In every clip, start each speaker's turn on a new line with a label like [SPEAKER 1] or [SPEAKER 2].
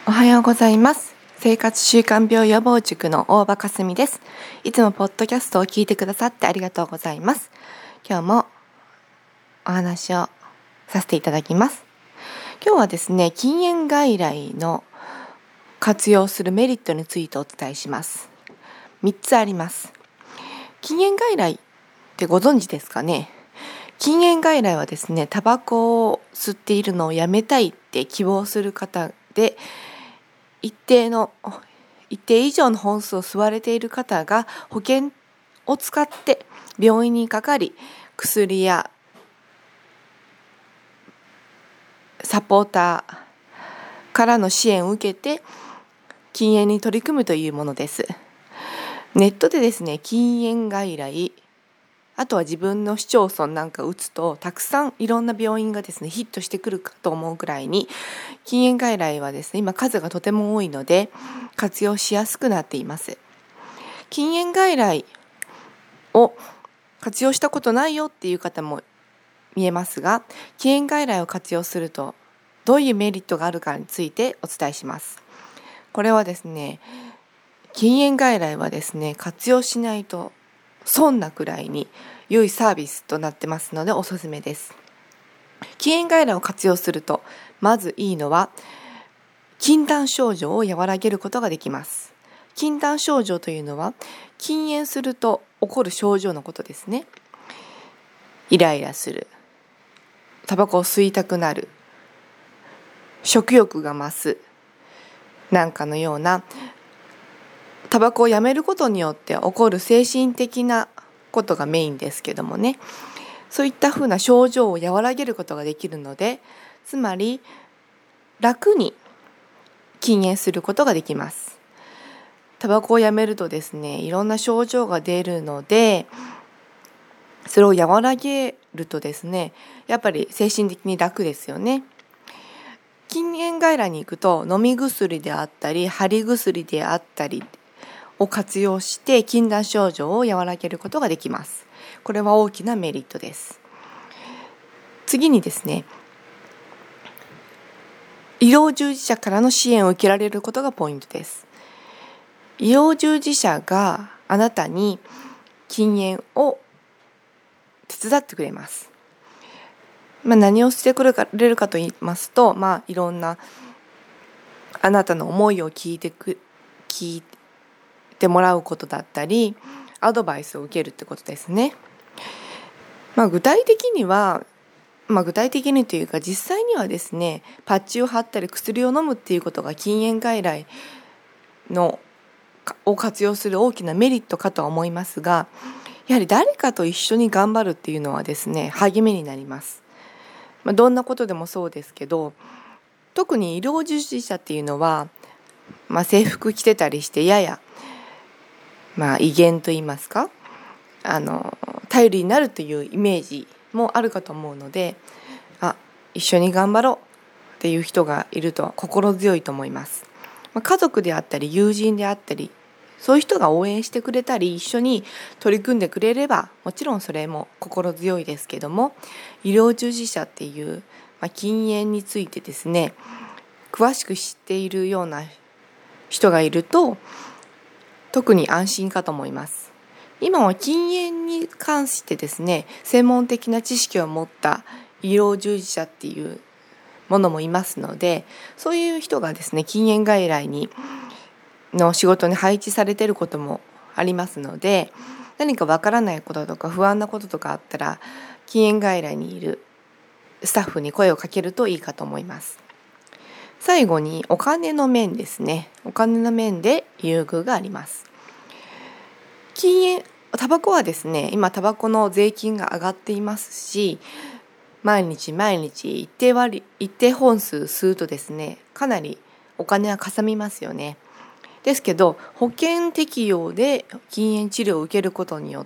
[SPEAKER 1] おはようございます。生活習慣病予防塾の大場かすみです。いつもポッドキャストを聞いてくださってありがとうございます。今日もお話をさせていただきます。今日はですね、禁煙外来の活用するメリットについてお伝えします。3つあります。禁煙外来ってご存知ですかね。禁煙外来はですね、タバコを吸っているのをやめたいって希望する方で、一定以上の本数を吸われている方が保険を使って病院にかかり、薬やサポーターからの支援を受けて禁煙に取り組むというものです。ネットでですね、禁煙外来、あとは自分の市町村なんか打つとたくさんいろんな病院がですねヒットしてくるかと思うくらいに禁煙外来はですね今数がとても多いので活用しやすくなっています。禁煙外来を活用したことないよっていう方も見えますが、禁煙外来を活用するとどういうメリットがあるかについてお伝えします。これはですね、禁煙外来はですね活用しないと損なくらいに良いサービスとなってますのでおすすめです。禁煙外来を活用するとまずいいのは禁断症状を和らげることができます。禁断症状というのは禁煙すると起こる症状のことですね。イライラする、タバコを吸いたくなる、食欲が増すなんかのようなタバコをやめることによって起こる精神的なことがメインですけどもね、そういったふうな症状を和らげることができるので、つまり楽に禁煙することができます。タバコをやめるとですね、いろんな症状が出るので、それを和らげるとですね、やっぱり精神的に楽ですよね。禁煙外来に行くと飲み薬であったり貼り薬であったりを活用して禁断症状を和らげることができます。これは大きなメリットです。次にですね、医療従事者からの支援を受けられることがポイントです。医療従事者があなたに禁煙を手伝ってくれます。何をしてくれるかと言いますと、いろんなあなたの思いを聞いてもらうことだったり、アドバイスを受けるってことですね。具体的にというか実際にはですね、パッチを貼ったり薬を飲むっていうことが禁煙外来を活用する大きなメリットかとは思いますが、やはり誰かと一緒に頑張るっていうのはですね、励みになります。どんなことでもそうですけど、特に医療従事者っていうのは、制服着てたりしてやや威厳と言いますか、頼りになるというイメージもあるかと思うので、一緒に頑張ろうっていう人がいると心強いと思います。家族であったり友人であったり、そういう人が応援してくれたり一緒に取り組んでくれればもちろんそれも心強いですけども、医療従事者っていう、禁煙についてですね詳しく知っているような人がいると特に安心かと思います。今は禁煙に関してですね専門的な知識を持った医療従事者っていうものもいますので、そういう人がですね禁煙外来の仕事に配置されていることもありますので、何かわからないこととか不安なこととかあったら禁煙外来にいるスタッフに声をかけるといいかと思います。最後にお金の面ですね。お金の面で優遇があります。タバコはですね、今タバコの税金が上がっていますし、毎日一定本数吸うとですね、かなりお金はかさみますよね。ですけど保険適用で禁煙治療を受けることによって、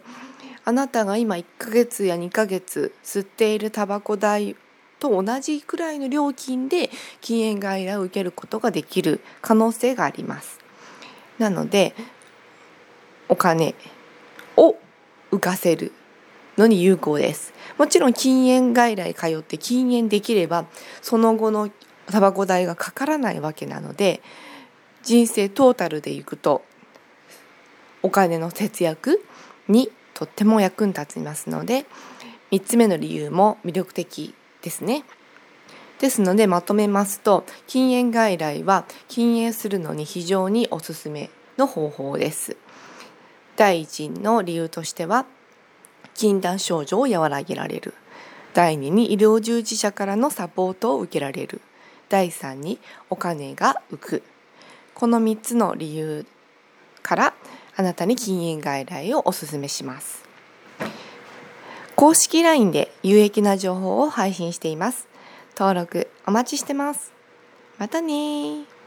[SPEAKER 1] あなたが今1ヶ月や2ヶ月吸っているタバコ代と同じくらいの料金で禁煙外来を受けることができる可能性があります。なのでお金を浮かせるのに有効です。もちろん禁煙外来通って禁煙できればその後のタバコ代がかからないわけなので、人生トータルでいくとお金の節約にとっても役に立ちますので、3つ目の理由も魅力的ですね。ですのでまとめますと、禁煙外来は禁煙するのに非常におすすめの方法です。第一の理由としては、禁断症状を和らげられる。第2に医療従事者からのサポートを受けられる。第3にお金が浮く。この3つの理由からあなたに禁煙外来をおすすめします。公式 LINE で有益な情報を配信しています。登録お待ちしてます。またね。